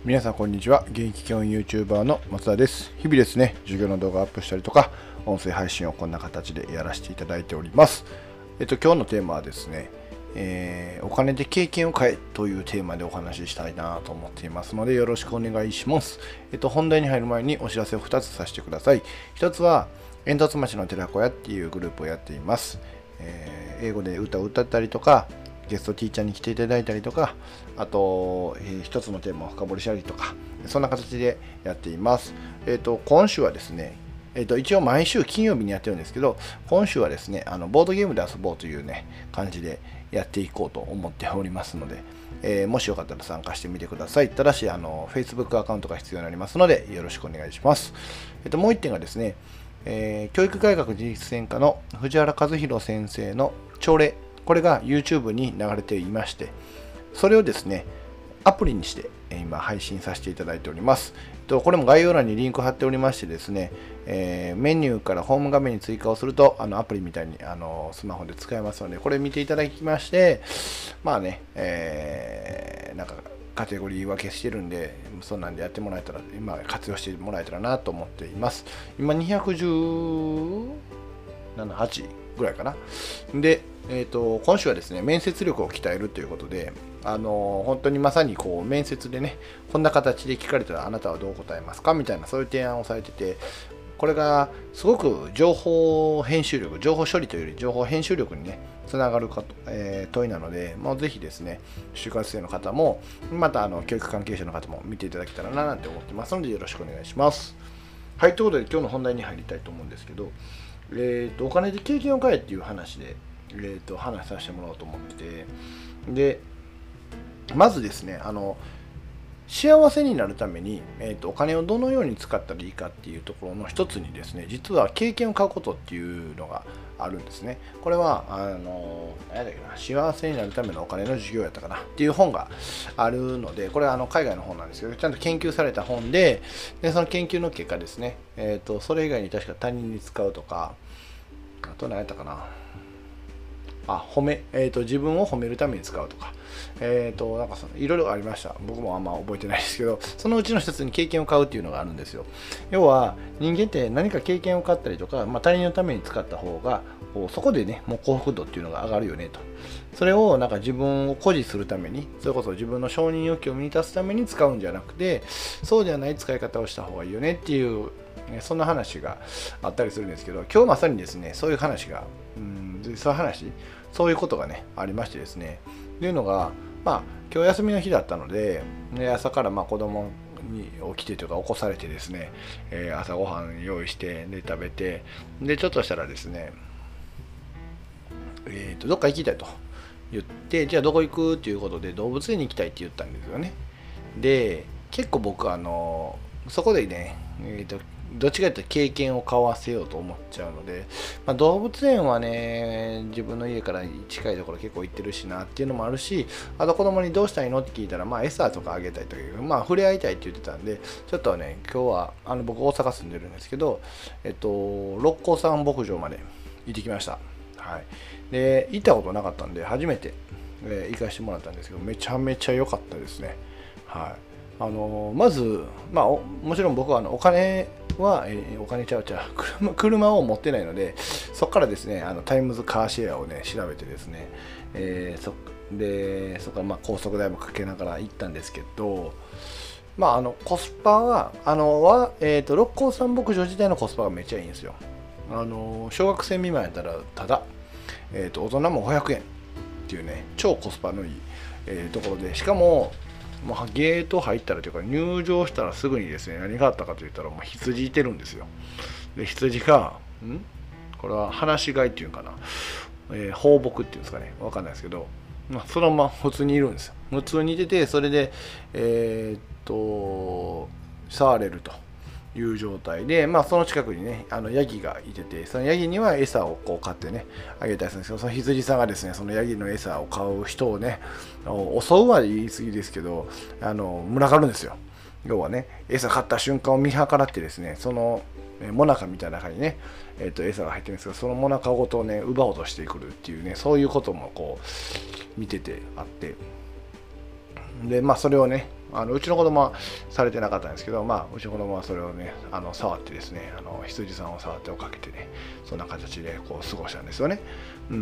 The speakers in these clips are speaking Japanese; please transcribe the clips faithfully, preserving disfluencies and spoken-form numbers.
皆さんこんにちは。現役教員 YouTuber の松田です。日々ですね、授業の動画をアップしたりとか、音声配信をこんな形でやらせていただいております。えっと、今日のテーマはですね、えー、お金で経験を変えというテーマでお話ししたいなと思っていますので、よろしくお願いします。えっと、本題に入る前にお知らせをふたつさせてください。ひとつは、煙突町の寺子屋っていうグループをやっています。えー、英語で歌を歌ったりとか、ゲストティーチャーに来ていただいたりとか、あと、えー、一つのテーマを深掘りしたりとか、そんな形でやっています。えっと、今週はですね、えっと、一応毎週金曜日にやってるんですけど、今週はですね、あのボードゲームで遊ぼうというね、感じでやっていこうと思っておりますので、えー、もしよかったら参加してみてください。ただし、あの、Facebook アカウントが必要になりますので、よろしくお願いします。えっと、もう一点がですね、えー、教育改革実践科の藤原和弘先生の朝礼、これが YouTube に流れていまして、それをですね、アプリにして今配信させていただいております。これも概要欄にリンク貼っておりましてですね、えー、メニューからホーム画面に追加をすると、あのアプリみたいにあのスマホで使えますので、これ見ていただきまして、まあね、えー、なんかカテゴリー分けしてるんで、そんなんでやってもらえたら、今活用してもらえたらなと思っています。今にひゃくじゅうなな、はちぐらいかな。で、えーと、今週はですね、面接力を鍛えるということで、あのー、本当にまさにこう面接でね、こんな形で聞かれたらあなたはどう答えますかみたいな、そういう提案をされてて、これがすごく情報編集力、情報処理というより情報編集力にね、つながるかと、えー、問いなので、もうぜひですね、就活生の方も、またあの教育関係者の方も見ていただけたらななんて思ってますので、よろしくお願いします。はい、ということで今日の本題に入りたいと思うんですけど、えーと、お金で経験を変えっていう話で、えーと、話させてもらおうと思ってて、で、まずですね、あの、幸せになるために、えーと、お金をどのように使ったらいいかっていうところの一つにですね、実は経験を買うことっていうのがあるんですね。これは、あの、何だっけな、幸せになるためのお金の授業やったかなっていう本があるので、これはあの海外の本なんですけど、ちゃんと研究された本で、でその研究の結果ですね、えーと、それ以外に確か他人に使うとか、あと何やったかな、あ、褒め、えーと、自分を褒めるために使うとか、えーと、なんかそのいろいろありました。僕もあんま覚えてないですけど、そのうちの一つに経験を買うっていうのがあるんですよ。要は、人間って何か経験を買ったりとか、まあ、他人のために使った方が、そこでね、もう幸福度っていうのが上がるよねと。それをなんか自分を誇示するために、それこそ自分の承認欲求を満たすために使うんじゃなくて、そうではない使い方をした方がいいよねっていう、そんな話があったりするんですけど、今日まさにですね、そういう話が、うん、そういう話、そういうことがね、ありましてですね。というのが、まあ、今日休みの日だったので、ね、朝からまあ子供に起きてというか起こされてですね、えー、朝ごはん用意して、で、食べて、で、ちょっとしたらですね、えーと、どっか行きたいと言って、じゃあどこ行くっていうことで動物園に行きたいって言ったんですよね。で、結構僕あの、そこでね、えーと、どっちかというと経験を交わせようと思っちゃうので、まあ、動物園はね、自分の家から近いところ結構行ってるしなっていうのもあるし、あと子供にどうしたいのって聞いたら、まあ餌とかあげたいとか、まあ触れ合いたいって言ってたんで、ちょっとね、今日は、あの僕大阪住んでるんですけど、えっと、六甲山牧場まで行ってきました。はい。で、行ったことなかったんで、初めて、えー、行かせてもらったんですけど、めちゃめちゃ良かったですね。はい。あのー、まず、まあ、もちろん僕はあのお金は、えー、お金ちゃうちゃう車、車を持ってないので、そこからですね、あのタイムズカーシェアをね、調べてですね、えー、そでそこからまあ高速代もかけながら行ったんですけど、まあ、あのコスパは、あのはえー、と六甲山牧場自体のコスパがめっちゃいいんですよ。あの小学生未満やったらただ、えー、と大人もごひゃくえんっていうね、超コスパのいい、えー、ところで、しかももうゲート入ったらというか入場したらすぐにですね、何があったかといったらもう羊いてるんですよ。で、羊がんこれは放し飼いっていうかな、えー、放牧っていうんですかね、わかんないですけど、まあ、そのまま普通にいるんですよ。普通にいてて、それでえー、っと触れるという状態で、まあ、その近くにね、あのヤギがいてて、そのヤギには餌をこう買ってね、あげたりするんですけど、その羊さんがですね、そのヤギの餌を買う人をね、襲うは言い過ぎですけど、あの群がるんですよ。要はね、餌買った瞬間を見計らってですね、そのモナカみたいな中にね、えー、と餌が入ってるんですけど、そのモナカごとね、奪おうとしてくるっていうね、そういうこともこう見ててあって、 でまあそれをね、あのうちの子供はされてなかったんですけど、まあうちの子供はそれをね、あの触ってですね、あの羊さんを触って追っかけてね、そんな形でこう過ごしたんですよね。うん、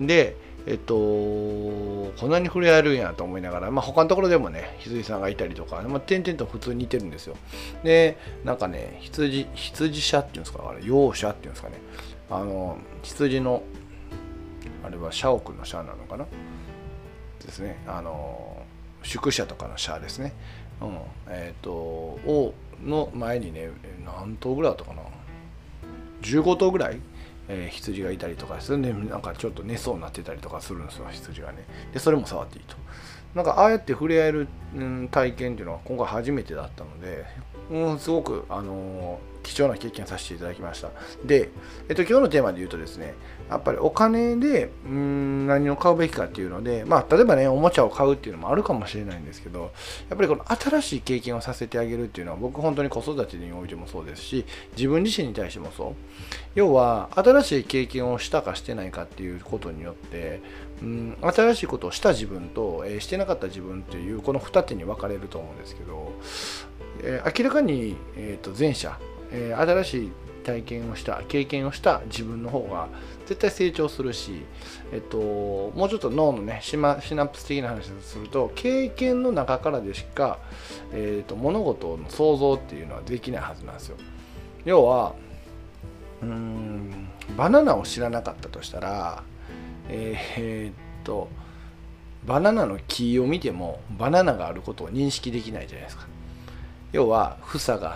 でえっとこんなに触れ合えるんやと思いながら、まあ、他のところでもね羊さんがいたりとか、まあ、点々と普通に似てるんですよ。でなんかね羊羊舎っていうんですか、あれ羊舎っていうんですかね、あの羊のあれは社屋の社なのかなですね、あの宿舎とかの舎ですね、うん、えっ、ー、とをの前にね何頭ぐらいだったかな、じゅうごとうぐらい、えー、羊がいたりとかするんで、なんかちょっと寝そうになってたりとかするんですよ、羊がね。でそれも触っていいと。なんかああやって触れ合える、うん、体験っていうのは今回初めてだったので、うん、すごく、あのー貴重な経験させていただきました。で、えっと、今日のテーマで言うとですね、やっぱりお金でうーん何を買うべきかっていうので、まあ、例えばね、おもちゃを買うっていうのもあるかもしれないんですけど、やっぱりこの新しい経験をさせてあげるっていうのは、僕本当に子育てにおいてもそうですし、自分自身に対してもそう。要は、新しい経験をしたかしてないかっていうことによって、うん、新しいことをした自分と、えー、してなかった自分っていう、この二手に分かれると思うんですけど、えー、明らかに、えーと、前者、えー、新しい体験をした経験をした自分の方が絶対成長するし、えっと、もうちょっと脳のねシナプス的な話をすると、経験の中からでしか、えっと、物事の想像っていうのはできないはずなんですよ。要はうーんバナナを知らなかったとしたら、えー、えー、っとバナナの木を見てもバナナがあることを認識できないじゃないですか。要は房があって、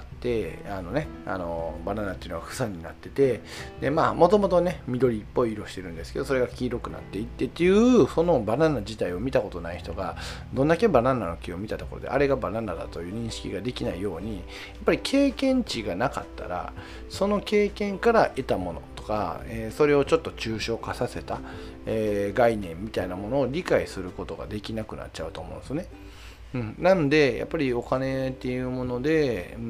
あのね、あのバナナっていうのは房になってて、でまあもともとね緑っぽい色してるんですけど、それが黄色くなっていってっていう、そのバナナ自体を見たことない人がどんだけバナナの木を見たところであれがバナナだという認識ができないように、やっぱり経験値がなかったら、その経験から得たものとか、えー、それをちょっと抽象化させた、えー、概念みたいなものを理解することができなくなっちゃうと思うんですよね。うん、なんでやっぱりお金っていうもので、うん、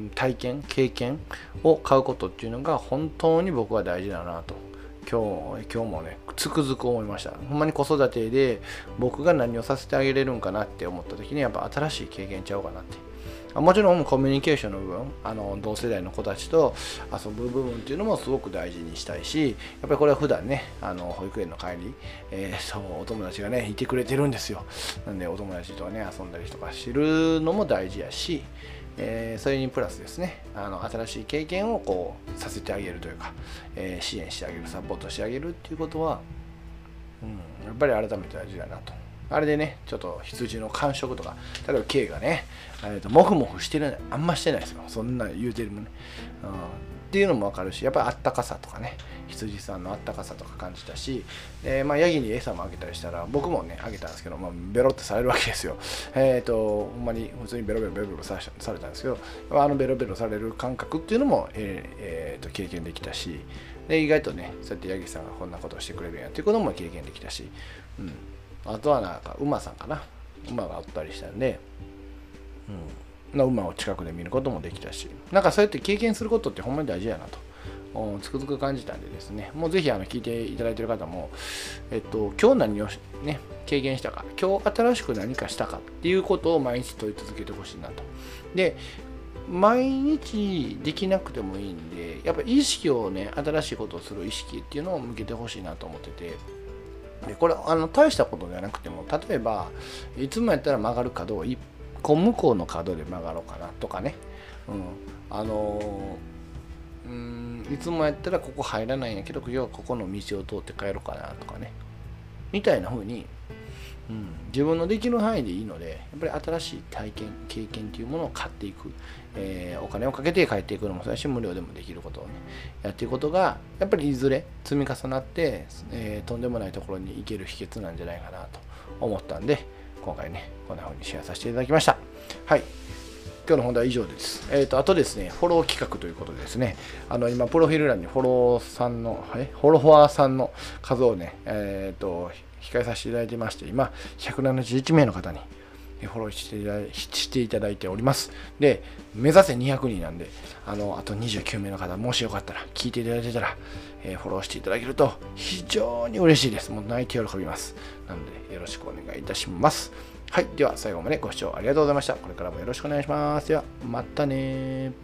体験経験を買うことっていうのが本当に僕は大事だなと今日今日もねつくづく思いました。ほんまに子育てで僕が何をさせてあげれるんかなって思った時に、やっぱ新しい経験ちゃうかなって。もちろんコミュニケーションの部分、あの同世代の子たちと遊ぶ部分っていうのもすごく大事にしたいし、やっぱりこれは普段ね、あの保育園の帰り、えー、そうお友達がねいてくれてるんですよ。なんでお友達とね遊んだりとか知るのも大事やし、えー、それにプラスですね、あの新しい経験をこうさせてあげるというか、えー、支援してあげる、サポートしてあげるっていうことは、うん、やっぱり改めて大事だなと。あれでね、ちょっと羊の感触とか、例えば K がね、えーとモフモフしてる、あんましてないですよ。そんな言うてるもんね、うん。っていうのもわかるし、やっぱりあったかさとかね、羊さんのあったかさとか感じたし、えー、まあヤギに餌もあげたりしたら、僕もね、あげたんですけど、まあ、ベロってされるわけですよ。えっ、ー、と、ほんまに普通にベロベロベロベロされたんですけど、あのベロベロされる感覚っていうのも、えーえー、と経験できたし、で意外とね、そうやってヤギさんがこんなことをしてくれるんやっていうことも経験できたし、うん。あとはなんか馬さんかな、馬があったりしたんで、うん、馬を近くで見ることもできたし、なんかそうやって経験することってほんまに大事やなとつくづく感じたんでですね、もうぜひあの聞いていただいている方も、えっと、今日何を、ね、経験したか、今日新しく何かしたかっていうことを毎日問い続けてほしいなと。で毎日できなくてもいいんで、やっぱり意識をね、新しいことをする意識っていうのを向けてほしいなと思ってて、でこれあの大したことじゃなくても、例えばいつもやったら曲がる角をいっこ向こうの角で曲がろうかなとかね、うん、あのー、うんいつもやったらここ入らないんやけど、今日はここの道を通って帰ろうかなとかね、みたいな風に、うん、自分のできる範囲でいいので、やっぱり新しい体験経験というものを買っていく、えー、お金をかけて帰っていくのもそうだし、無料でもできることをねやっていくことが、やっぱりいずれ積み重なって、えー、とんでもないところに行ける秘訣なんじゃないかなと思ったんで、今回ねこんな風にシェアさせていただきました。はい、今日の本題は以上です。えっ、ー、と、あとですね、フォロー企画ということでですね、あの、今、プロフィール欄にフォローさんの、えフォロワーさんの数をね、えっ、ー、と、控えさせていただいてまして、今、ひゃくななじゅういちめいの方に、 フォローしていただいしていただいております。で、目指せにひゃくにんなんで、あの、あとにじゅうきゅうめいの方、もしよかったら、聞いていただいてたら、えー、フォローしていただけると非常に嬉しいです。もう泣いて喜びます。なので、よろしくお願いいたします。はい。では、最後までご視聴ありがとうございました。これからもよろしくお願いします。では、またね